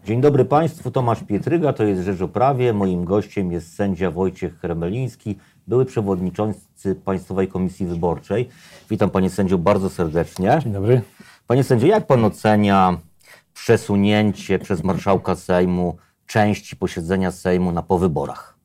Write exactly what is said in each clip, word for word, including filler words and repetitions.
Dzień dobry Państwu, Tomasz Pietryga, to jest Rzecz o Prawie. Moim gościem jest sędzia Wojciech Hermeliński, były przewodniczący Państwowej Komisji Wyborczej. Witam Panie sędzio bardzo serdecznie. Dzień dobry. Panie sędzio, jak Pan ocenia przesunięcie przez marszałka Sejmu części posiedzenia Sejmu na po wyborach?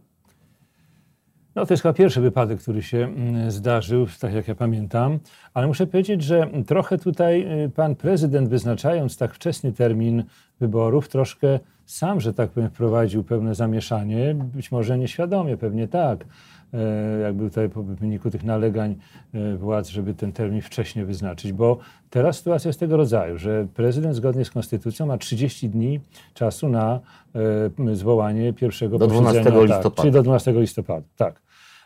No to jest chyba pierwszy wypadek, który się zdarzył, tak jak ja pamiętam, ale muszę powiedzieć, że trochę tutaj pan prezydent, wyznaczając tak wczesny termin wyborów, troszkę sam, że tak powiem, wprowadził pewne zamieszanie, być może nieświadomie, pewnie tak, jakby tutaj w wyniku tych nalegań władz, żeby ten termin wcześniej wyznaczyć, bo teraz sytuacja jest tego rodzaju, że prezydent zgodnie z konstytucją ma trzydzieści dni czasu na zwołanie pierwszego do posiedzenia. dwunastego listopada. Tak, czyli do dwunastego listopada, tak.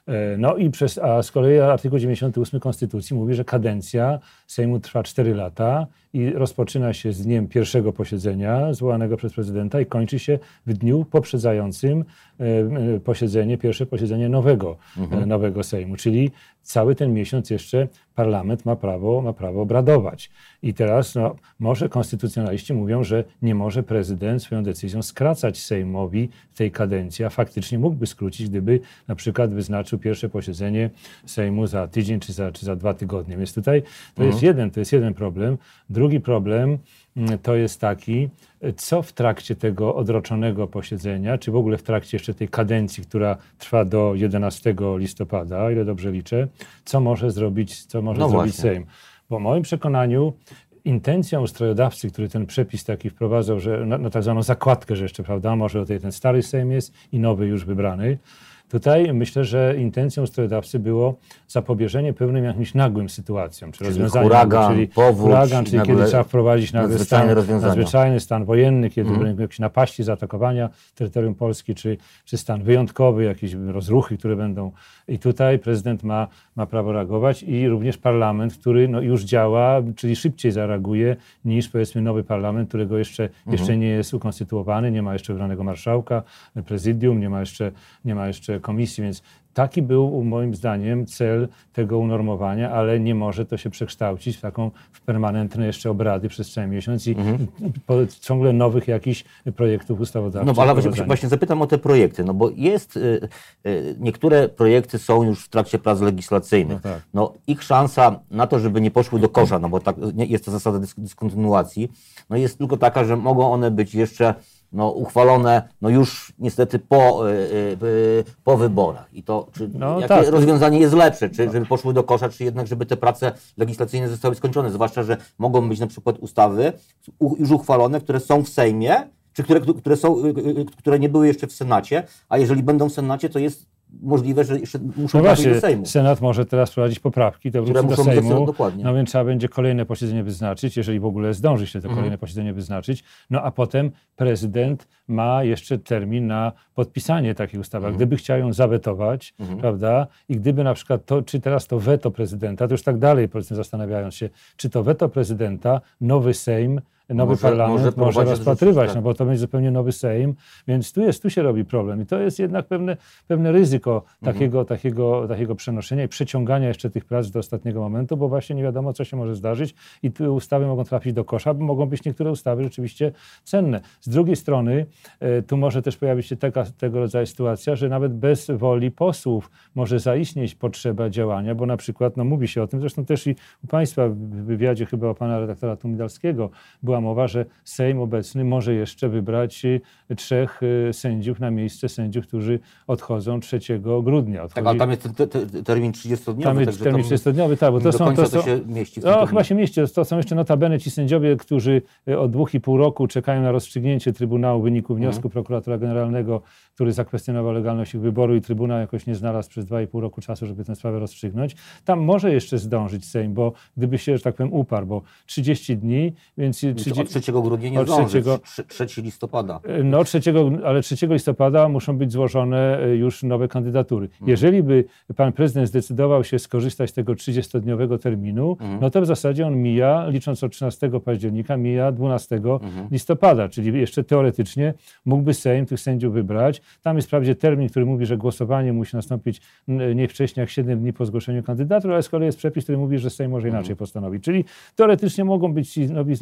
No i przez, a z kolei artykuł dziewięćdziesiąty ósmy Konstytucji mówi, że kadencja Sejmu trwa cztery lata i rozpoczyna się z dniem pierwszego posiedzenia zwołanego przez prezydenta i kończy się w dniu poprzedzającym posiedzenie, pierwsze posiedzenie nowego, mhm. nowego Sejmu. Czyli cały ten miesiąc jeszcze parlament ma prawo, ma prawo obradować. I teraz no, może konstytucjonaliści mówią, że nie może prezydent swoją decyzją skracać Sejmowi tej kadencji, a faktycznie mógłby skrócić, gdyby na przykład wyznaczył pierwsze posiedzenie Sejmu za tydzień czy za, czy za dwa tygodnie. Więc tutaj to, mhm. jest jeden, to jest jeden problem. Drugi problem to jest taki, co w trakcie tego odroczonego posiedzenia, czy w ogóle w trakcie jeszcze tej kadencji, która trwa do jedenastego listopada, o ile dobrze liczę, co może zrobić, co może no zrobić Sejm. Bo w moim przekonaniu intencją ustrojodawcy, który ten przepis taki wprowadzał, że na, na tak zwaną zakładkę, że jeszcze, prawda, może tutaj ten stary Sejm jest i nowy już wybrany. Tutaj myślę, że intencją ustrojodawcy było zapobieżenie pewnym jakimś nagłym sytuacjom, czy rozwiązaniom, huragan, czyli powódź, huragan, czyli kiedy trzeba wprowadzić nagle stan, nadzwyczajny, stan wojenny, kiedy mm. będą jakieś napaści, zaatakowania terytorium Polski, czy, czy stan wyjątkowy, jakieś rozruchy, które będą. I tutaj prezydent ma, ma prawo reagować i również parlament, który no, już działa, czyli szybciej zareaguje niż powiedzmy nowy parlament, którego jeszcze, mm. jeszcze nie jest ukonstytuowany, nie ma jeszcze wybranego marszałka, prezydium, nie ma jeszcze, nie ma jeszcze komisji, więc taki był moim zdaniem cel tego unormowania, ale nie może to się przekształcić w taką w permanentne jeszcze obrady przez cały miesiąc i mhm. po, ciągle nowych jakichś projektów ustawodawczych. No ale właśnie, właśnie zapytam o te projekty, no bo jest, y, y, niektóre projekty są już w trakcie prac legislacyjnych. No, tak. No ich szansa na to, żeby nie poszły do kosza, no bo tak, jest to zasada dysk dyskontynuacji, no jest tylko taka, że mogą one być jeszcze no, uchwalone no już niestety po, yy, po wyborach. I to czy no, jakie tak. rozwiązanie jest lepsze? Czy żeby poszły do kosza, czy jednak żeby te prace legislacyjne zostały skończone? Zwłaszcza, że mogą być na przykład ustawy już uchwalone, które są w Sejmie, czy które, które, są, które nie były jeszcze w Senacie, a jeżeli będą w Senacie, to jest możliwe, że jeszcze muszą no trafić właśnie, do Sejmu. Senat może teraz wprowadzić poprawki, to które wróci muszą do Sejmu, dokładnie. No więc trzeba będzie kolejne posiedzenie wyznaczyć, jeżeli w ogóle zdąży się to kolejne mhm. posiedzenie wyznaczyć, no a potem prezydent ma jeszcze termin na podpisanie takiej ustawy. Mhm. Gdyby chciał ją zawetować, mhm. prawda, i gdyby na przykład to, czy teraz to weto prezydenta, to już tak dalej, powiedzmy zastanawiając się, czy to weto prezydenta, nowy Sejm, nowy może, parlament może, może rozpatrywać, tak. no bo to będzie zupełnie nowy Sejm, więc tu jest, tu się robi problem i to jest jednak pewne, pewne ryzyko mhm. takiego, takiego, takiego przenoszenia i przeciągania jeszcze tych prac do ostatniego momentu, bo właśnie nie wiadomo, co się może zdarzyć i te ustawy mogą trafić do kosza, bo mogą być niektóre ustawy rzeczywiście cenne. Z drugiej strony e, tu może też pojawić się taka, tego rodzaju sytuacja, że nawet bez woli posłów może zaistnieć potrzeba działania, bo na przykład, no mówi się o tym, zresztą też i u Państwa w wywiadzie chyba o pana redaktora Tumidalskiego była mowa, że Sejm obecny może jeszcze wybrać trzech sędziów na miejsce sędziów, którzy odchodzą trzeciego grudnia. Odchodzi... Tak, ale tam jest te, te, te, termin trzydziestodniowy. Tam jest termin trzydziestodniowy, tak, bo to do są... końca To, są, to się mieści w no chyba się mieści. To są jeszcze notabene ci sędziowie, którzy od dwóch i pół roku czekają na rozstrzygnięcie Trybunału w wyniku wniosku mhm. prokuratora generalnego, który zakwestionował legalność ich wyboru i Trybunał jakoś nie znalazł przez dwa i pół roku czasu, żeby tę sprawę rozstrzygnąć. Tam może jeszcze zdążyć Sejm, bo gdyby się, że tak powiem, uparł, bo trzydzieści dni, więc... trzydzieści... Od trzeciego grudnia nie zdąży, trzeciego listopada. No, trzeciego, ale trzeciego listopada muszą być złożone już nowe kandydatury. Mhm. Jeżeli by pan prezydent zdecydował się skorzystać z tego trzydziestodniowego terminu, mhm. no to w zasadzie on mija, licząc od trzynastego października, mija dwunastego mhm. listopada, czyli jeszcze teoretycznie mógłby Sejm tych sędziów wybrać. Tam jest wprawdzie termin, który mówi, że głosowanie musi nastąpić nie wcześniej jak siedem dni po zgłoszeniu kandydatur, ale z kolei jest przepis, który mówi, że Sejm może inaczej mhm. postanowić. Czyli teoretycznie mogą być ci nowi, nowi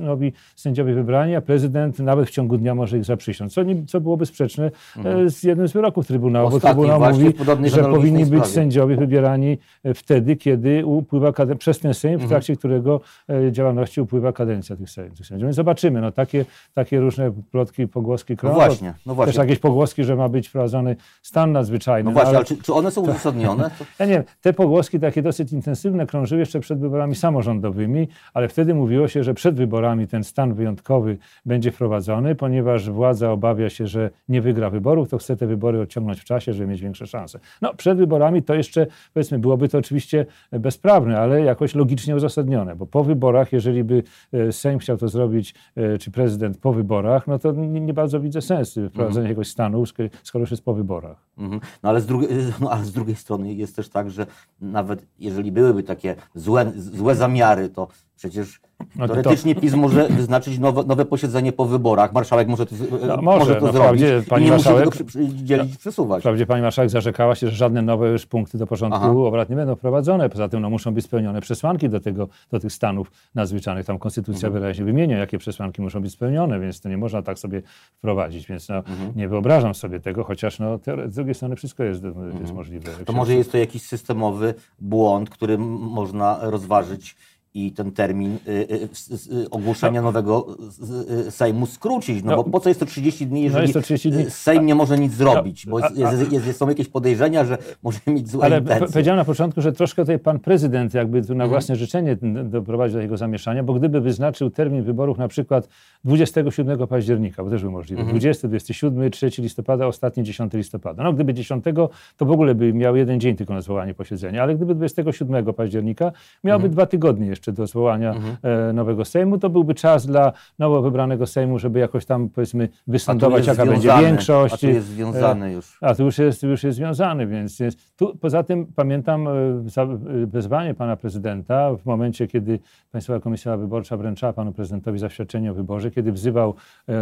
sędziowie wybrani, a prezydent nawet w ciągu dnia może ich zaprzysiąc, co, nie, co byłoby sprzeczne mhm. z jednym z wyroków Trybunału, bo Trybunał mówi, że powinni być sędziowie wybierani wtedy, kiedy upływa kadencja, przez ten Sejm, w trakcie którego działalności upływa kadencja tych sędziów. Więc zobaczymy, no takie, takie różne plotki, pogłoski krążą. No właśnie, no właśnie. Też jakieś pogłoski, że ma być wprowadzony stan nadzwyczajny. No właśnie, ale, ale czy, czy one są uzasadnione? To... Ja nie wiem, te pogłoski takie dosyć intensywne krążyły jeszcze przed wyborami samorządowymi, ale wtedy mówiło się, że przed wyborami ten stan wyjątkowy będzie wprowadzony, ponieważ władza obawia się, że nie wygra wyborów, to chce te wybory odciągnąć w czasie, żeby mieć większe szanse. No przed wyborami to jeszcze, powiedzmy, byłoby to oczywiście bezprawne, ale jakoś logicznie uzasadnione, bo po wyborach, jeżeli by Sejm chciał to zrobić, czy prezydent po wyborach, no to nie, nie bardzo widzę sensu wprowadzenia mm. jakiegoś stanu, skoro już jest po wyborach. Mm. No, ale z drugiej, no ale z drugiej strony jest też tak, że nawet jeżeli byłyby takie złe, złe zamiary, to przecież no teoretycznie to... PiS może wyznaczyć nowe, nowe posiedzenie po wyborach. Marszałek może to, no, może, może to no, zrobić pani i nie marszałek, musi tego przy, dzielić, przesuwać. Wprawdzie pani marszałek zarzekała się, że żadne nowe już punkty do porządku Aha. obrad nie będą wprowadzone. Poza tym no, muszą być spełnione przesłanki do, tego, do tych stanów nadzwyczajnych. Tam konstytucja mhm. wyraźnie wymienia, jakie przesłanki muszą być spełnione, więc to nie można tak sobie wprowadzić. Więc no, mhm. nie wyobrażam sobie tego, chociaż no, z drugiej strony wszystko jest, mhm. jest możliwe. To może jest to jakiś systemowy błąd, który można rozważyć i ten termin y, y, y, ogłoszenia no. nowego y, Sejmu skrócić, no, no bo po co jest to trzydzieści dni, jeżeli no jest to trzydzieści dni. Sejm nie może nic zrobić, no, bo jest, jest, jest, są jakieś podejrzenia, że może mieć złe ale intencje. Ale powiedziałem na początku, że troszkę tutaj pan prezydent jakby tu na własne mhm. życzenie doprowadził do tego zamieszania, bo gdyby wyznaczył termin wyborów na przykład dwudziestego siódmego października, bo też był możliwy, mhm. dwudziesty, dwudziesty siódmy, trzeciego listopada, ostatni dziesiątego listopada. No gdyby dziesiątego, to w ogóle by miał jeden dzień tylko na zwołanie posiedzenia, ale gdyby dwudziestego siódmego października, miałby mhm. dwa tygodnie jeszcze do zwołania mhm. e, nowego Sejmu, to byłby czas dla nowo wybranego Sejmu, żeby jakoś tam, powiedzmy, wysądować, jaka związany, będzie większość. A tu jest związany już. A tu już jest, już jest związany, więc jest, tu, poza tym pamiętam e, za, e, wezwanie pana prezydenta w momencie, kiedy Państwowa Komisja Wyborcza wręczała panu prezydentowi zaświadczenie o wyborze, kiedy wzywał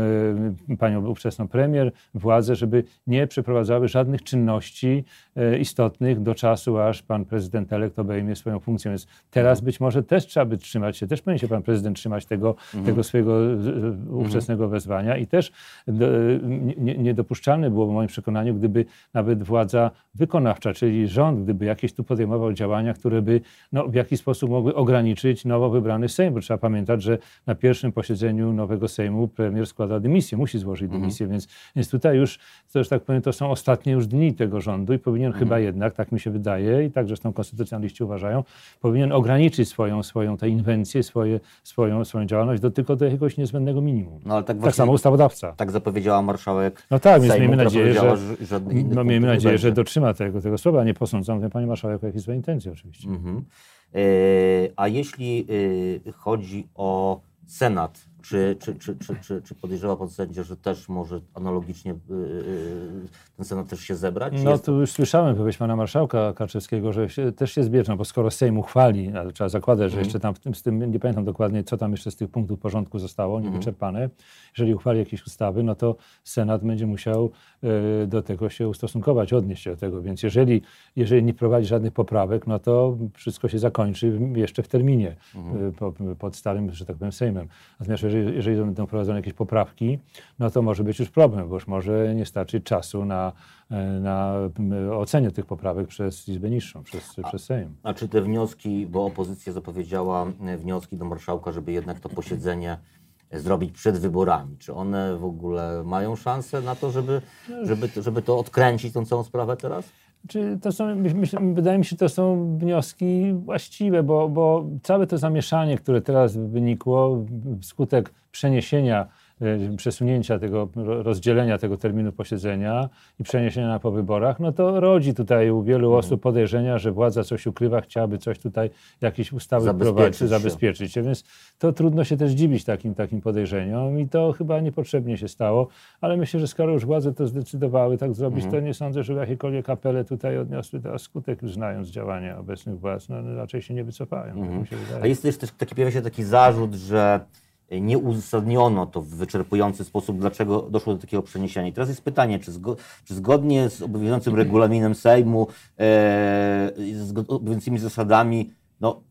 e, panią ówczesną premier, władzę, żeby nie przeprowadzały żadnych czynności e, istotnych do czasu, aż pan prezydent elekt obejmie swoją funkcję. Więc teraz być może też trzeba by trzymać się, też powinien się pan prezydent trzymać tego, mhm. tego swojego ówczesnego mhm. wezwania i też do, nie, niedopuszczalne było w moim przekonaniu, gdyby nawet władza wykonawcza, czyli rząd, gdyby jakieś tu podejmował działania, które by no, w jakiś sposób mogły ograniczyć nowo wybrany Sejm, bo trzeba pamiętać, że na pierwszym posiedzeniu nowego Sejmu premier składa dymisję, musi złożyć dymisję, mhm. więc, więc tutaj już, to, że tak powiem, to są ostatnie już dni tego rządu i powinien mhm. chyba jednak, tak mi się wydaje i tak zresztą konstytucjonaliści uważają, powinien ograniczyć swoją, swoją tę inwencję, swoje, swoją, swoją działalność do, tylko do jakiegoś niezbędnego minimum. No, ale tak, tak samo ustawodawca. Tak zapowiedziała marszałek No tak, więc Sejmu, miejmy nadzieję, że, no, miejmy nadzieję że dotrzyma tego, tego słowa, nie posądzam pani marszałek o jakieś złe intencje oczywiście. Mhm. Yy, a jeśli yy, chodzi o Senat, Czy, czy, czy, czy, czy, czy podejrzewa pan sędzia, że też może analogicznie yy, ten Senat też się zebrać? No to już słyszałem wypowiedź pana marszałka Kaczyńskiego, że się, też się zbierze, no bo skoro Sejm uchwali, ale trzeba zakładać, że mm. jeszcze tam w tym, z tym, nie pamiętam dokładnie, co tam jeszcze z tych punktów porządku zostało, niewyczerpane. Mm. Jeżeli uchwali jakieś ustawy, no to Senat będzie musiał y, do tego się ustosunkować, odnieść się do tego. Więc jeżeli, jeżeli nie prowadzi żadnych poprawek, no to wszystko się zakończy jeszcze w terminie mm. y, po, pod starym, że tak powiem, Sejmem. Natomiast jeżeli, jeżeli będą prowadzone jakieś poprawki, no to może być już problem, bo już może nie starczyć czasu na, na ocenie tych poprawek przez Izbę Niższą, przez, a, przez Sejm. A czy te wnioski, bo opozycja zapowiedziała wnioski do marszałka, żeby jednak to posiedzenie zrobić przed wyborami, czy one w ogóle mają szansę na to, żeby, żeby, żeby to odkręcić, tą całą sprawę teraz? Czy to są, myśl, wydaje mi się, że to są wnioski właściwe, bo, bo całe to zamieszanie, które teraz wynikło wskutek przeniesienia, przesunięcia tego, rozdzielenia tego terminu posiedzenia i przeniesienia na po wyborach, no to rodzi tutaj u wielu osób mhm. podejrzenia, że władza coś ukrywa, chciałaby coś tutaj, jakieś ustawy wprowadzić, zabezpieczyć się. Więc to trudno się też dziwić takim, takim podejrzeniom i to chyba niepotrzebnie się stało, ale myślę, że skoro już władze to zdecydowały tak zrobić, mhm. to nie sądzę, że jakiekolwiek apele tutaj odniosły teraz skutek, już znając działania obecnych władz, no raczej się nie wycofają. Mhm. Tak mi się wydaje. A jest też taki, pojawia się taki zarzut, że nie uzasadniono to w wyczerpujący sposób, dlaczego doszło do takiego przeniesienia. I teraz jest pytanie, czy, zgo, czy zgodnie z obowiązującym regulaminem Sejmu, e, z obowiązującymi zasadami, no,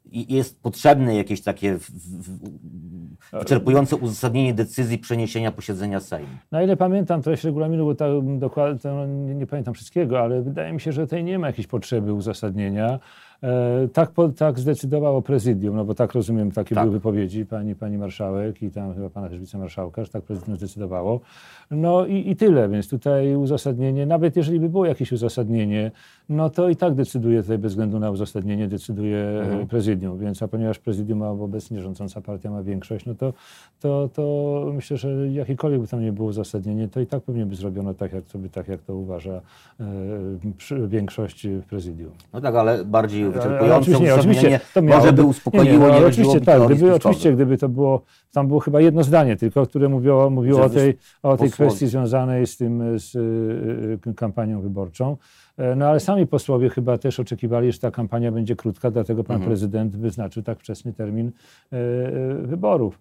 jest potrzebne jakieś takie w, w, wyczerpujące uzasadnienie decyzji przeniesienia posiedzenia Sejmu. Na ile pamiętam treść regulaminu, bo tak dokładnie nie, nie pamiętam wszystkiego, ale wydaje mi się, że tutaj nie ma jakiejś potrzeby uzasadnienia. E, tak, po, tak zdecydowało prezydium, no bo tak rozumiem, takie tak. były wypowiedzi pani, pani marszałek i tam chyba pana też wicemarszałka, że tak prezydium zdecydowało. No i, i tyle, więc tutaj uzasadnienie, nawet jeżeli by było jakieś uzasadnienie, no to i tak decyduje tutaj bez względu na uzasadnienie, decyduje mhm. prezydium, więc a ponieważ prezydium ma obecnie rządząca partia ma większość, no to, to, to myślę, że jakiekolwiek by tam nie było uzasadnienie, to i tak pewnie by zrobiono tak, jak to, by, tak, jak to uważa e, przy, większość w prezydium. No tak, ale bardziej wyczerpujące nie, oczywiście, to miało, może by uspokoiło, nie, nie, no, nie oczywiście tak, gdyby, oczywiście gdyby to było, tam było chyba jedno zdanie tylko, które mówiło, mówiło o tej, o tej kwestii związanej z tym, z y, kampanią wyborczą. No ale sami posłowie chyba też oczekiwali, że ta kampania będzie krótka, dlatego pan mhm. prezydent wyznaczył tak wczesny termin y, y, wyborów.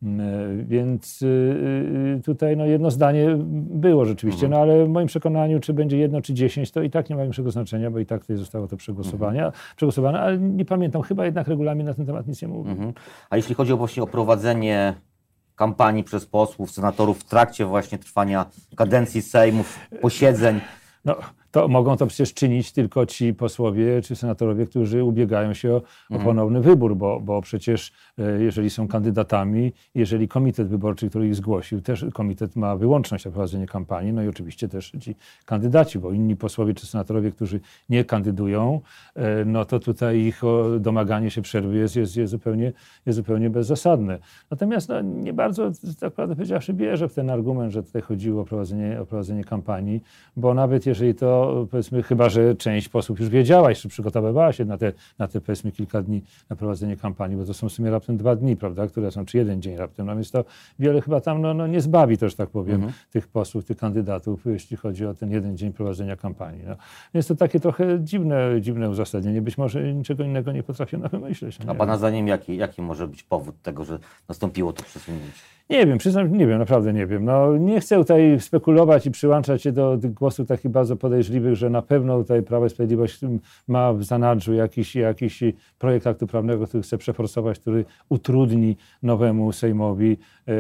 Więc tutaj no, jedno zdanie było rzeczywiście, mhm. no ale w moim przekonaniu, czy będzie jedno, czy dziesięć, to i tak nie ma większego znaczenia, bo i tak tutaj zostało to przegłosowane, mhm. przegłosowane, ale nie pamiętam, chyba jednak regulamin na ten temat nic nie mówi. Mhm. A jeśli chodzi o właśnie o prowadzenie kampanii przez posłów, senatorów w trakcie właśnie trwania kadencji Sejmów, posiedzeń, no, to mogą to przecież czynić tylko ci posłowie czy senatorowie, którzy ubiegają się o, mhm. o ponowny wybór, bo, bo przecież e, jeżeli są kandydatami, jeżeli komitet wyborczy, który ich zgłosił, też komitet ma wyłączność na prowadzenie kampanii, no i oczywiście też ci kandydaci, bo inni posłowie czy senatorowie, którzy nie kandydują, e, no to tutaj ich o, domaganie się przerwy jest, jest, jest, zupełnie, jest zupełnie bezzasadne. Natomiast no, nie bardzo, tak naprawdę powiedziawszy, wierzę w ten argument, że tutaj chodziło o prowadzenie, o prowadzenie kampanii, bo nawet jeżeli to powiedzmy, chyba że część posłów już wiedziała, jeszcze przygotowywała się na te, na te powiedzmy kilka dni na prowadzenie kampanii, bo to są w sumie raptem dwa dni, prawda, które są, czy jeden dzień raptem, no więc to wiele chyba tam no, no, nie zbawi też, tak powiem, mhm. tych posłów, tych kandydatów, jeśli chodzi o ten jeden dzień prowadzenia kampanii. No. Więc to takie trochę dziwne, dziwne uzasadnienie, być może niczego innego nie potrafiono wymyśleć. No, a pana zdaniem jaki, jaki może być powód tego, że nastąpiło to przesunięcie? Nie wiem, przyznam, nie wiem, naprawdę nie wiem. No, nie chcę tutaj spekulować i przyłączać się do tych głosów takich bardzo podejrzliwych, że na pewno tutaj Prawo i Sprawiedliwość ma w zanadrzu jakiś, jakiś projekt aktu prawnego, który chce przeforsować, który utrudni nowemu Sejmowi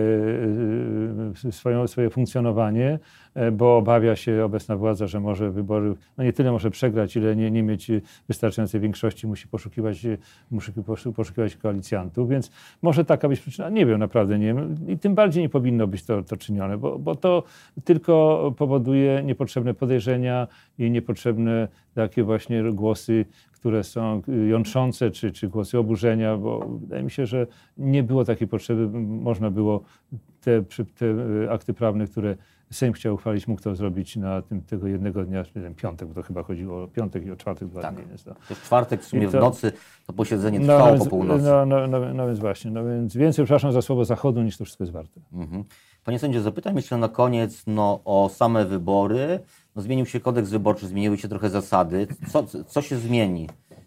yy, swoją, swoje funkcjonowanie, bo obawia się obecna władza, że może wybory, no nie tyle może przegrać, ile nie, nie mieć wystarczającej większości, musi poszukiwać, musi poszukiwać koalicjantów, więc może taka być przyczyna, nie wiem, naprawdę nie wiem. I tym bardziej nie powinno być to, to czynione, bo, bo to tylko powoduje niepotrzebne podejrzenia i niepotrzebne takie właśnie głosy, które są jątrzące, czy, czy głosy oburzenia, bo wydaje mi się, że nie było takiej potrzeby. Można było te, te akty prawne, które Sejm chciał uchwalić, mógł to zrobić na tym, tego jednego dnia, ten piątek, bo to chyba chodziło o piątek i o czwartek dwa tak. dni. Więc to... to w czwartek w sumie to... w nocy to posiedzenie no, trwało no, po północy. No, no, no, no więc właśnie, no więc więcej przepraszam za słowo Zachodu niż to wszystko jest warte. Mhm. Panie sędzio, zapytam jeszcze na koniec no, o same wybory. No, zmienił się kodeks wyborczy, zmieniły się trochę zasady. Co, co się zmieni?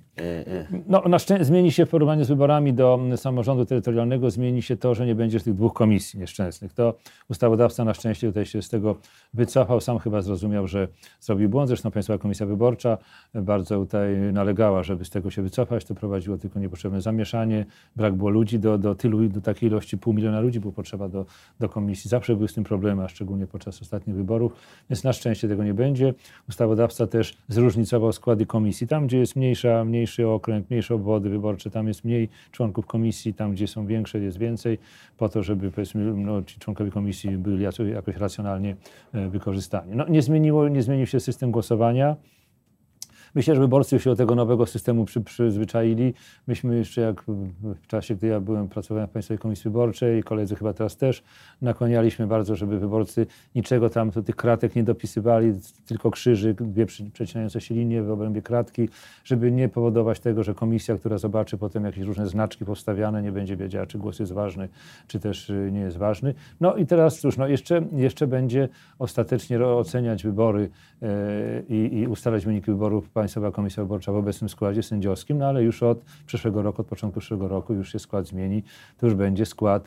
No, na szczę- zmieni się w porównaniu z wyborami do samorządu terytorialnego, zmieni się to, że nie będzie tych dwóch komisji nieszczęsnych. To ustawodawca na szczęście tutaj się z tego wycofał. Sam chyba zrozumiał, że zrobił błąd. Zresztą Państwowa Komisja Wyborcza bardzo tutaj nalegała, żeby z tego się wycofać. To prowadziło tylko niepotrzebne zamieszanie. Brak było ludzi do, do tylu, do takiej ilości, pół miliona ludzi było potrzeba do, do komisji. Zawsze były z tym problemy, a szczególnie podczas ostatnich wyborów. Więc na szczęście tego nie będzie. Ustawodawca też zróżnicował składy komisji. Tam, gdzie jest mniejsza, mniejsza mniejszy okręg, mniejsze obwody wyborcze, tam jest mniej członków komisji, tam gdzie są większe jest więcej, po to, żeby powiedzmy, no, ci członkowie komisji byli jakoś racjonalnie wykorzystani. No, nie zmieniło, nie zmienił się system głosowania. Myślę, że wyborcy się do tego nowego systemu przy, przyzwyczaili. Myśmy jeszcze jak w czasie, gdy ja byłem, pracowałem w Państwowej Komisji Wyborczej, koledzy chyba teraz też, nakłanialiśmy bardzo, żeby wyborcy niczego tam, to tych kratek nie dopisywali, tylko krzyży, dwie przecinające się linie w obrębie kratki, żeby nie powodować tego, że komisja, która zobaczy potem jakieś różne znaczki powstawiane, nie będzie wiedziała, czy głos jest ważny, czy też nie jest ważny. No i teraz cóż, no jeszcze, jeszcze będzie ostatecznie oceniać wybory yy, i, i ustalać wyniki wyborów Państwowa Komisja Wyborcza w obecnym składzie sędziowskim, no ale już od przyszłego roku, od początku przyszłego roku już się skład zmieni, to już będzie skład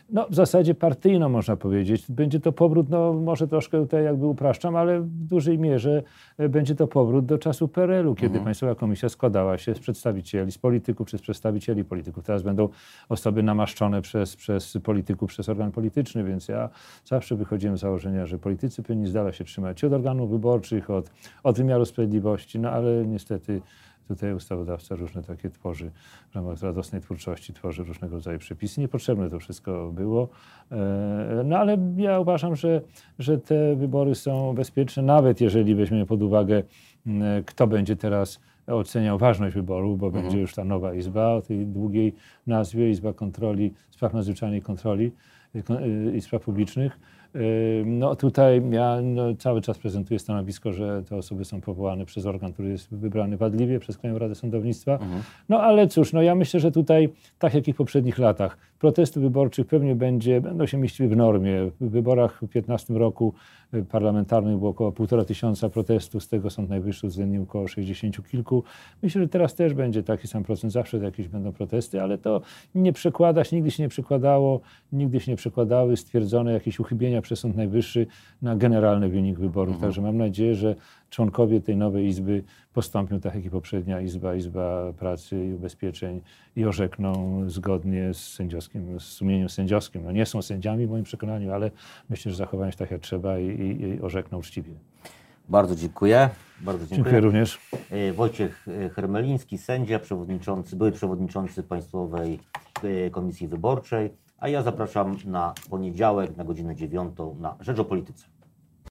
no, w zasadzie partyjną, można powiedzieć. Będzie to powrót, no może troszkę tutaj jakby upraszczam, ale w dużej mierze będzie to powrót do czasu P R L u, kiedy mhm. Państwowa Komisja składała się z przedstawicieli, z polityków, czy z przedstawicieli polityków. Teraz będą osoby namaszczone przez, przez polityków, przez organ polityczny, więc ja zawsze wychodziłem z założenia, że politycy powinni z dala się trzymać od organów wyborczych, od, od wymiaru sprawiedliwości, no ale niestety tutaj ustawodawca różne takie tworzy, w ramach radosnej twórczości tworzy różnego rodzaju przepisy. Niepotrzebne to wszystko było. No ale ja uważam, że, że te wybory są bezpieczne, nawet jeżeli weźmiemy pod uwagę, kto będzie teraz oceniał ważność wyborów, bo mhm. będzie już ta nowa izba o tej długiej nazwie, Izba Kontroli, Spraw Nadzwyczajnej Kontroli i Spraw Publicznych. No tutaj ja no, cały czas prezentuję stanowisko, że te osoby są powołane przez organ, który jest wybrany wadliwie przez Krajową Radę Sądownictwa. Mhm. No ale cóż, no ja myślę, że tutaj, tak jak i w poprzednich latach, protesty wyborczych pewnie będzie, będą się mieściły w normie. W wyborach w piętnastym roku parlamentarnych było około półtora tysiąca protestów, z tego Sąd Najwyższy uwzględnił około sześćdziesięciu kilku. Myślę, że teraz też będzie taki sam procent, zawsze jakieś będą protesty, ale to nie przekłada się, nigdy się nie przekładało, nigdy się nie przekładały stwierdzone jakieś uchybienia przez Sąd Najwyższy na generalny wynik wyborów. Mhm. Także mam nadzieję, że członkowie tej nowej izby postąpią tak jak i poprzednia izba, Izba Pracy i Ubezpieczeń i orzekną zgodnie z sędziowskim, z sumieniem sędziowskim. No nie są sędziami w moim przekonaniu, ale myślę, że zachowają się tak jak trzeba i, i, i orzekną uczciwie. Bardzo dziękuję. Bardzo dziękuję. Dziękuję również. Wojciech Hermeliński, sędzia, przewodniczący, były przewodniczący Państwowej Komisji Wyborczej, a ja zapraszam na poniedziałek na godzinę dziewiątą na Rzecz o Polityce.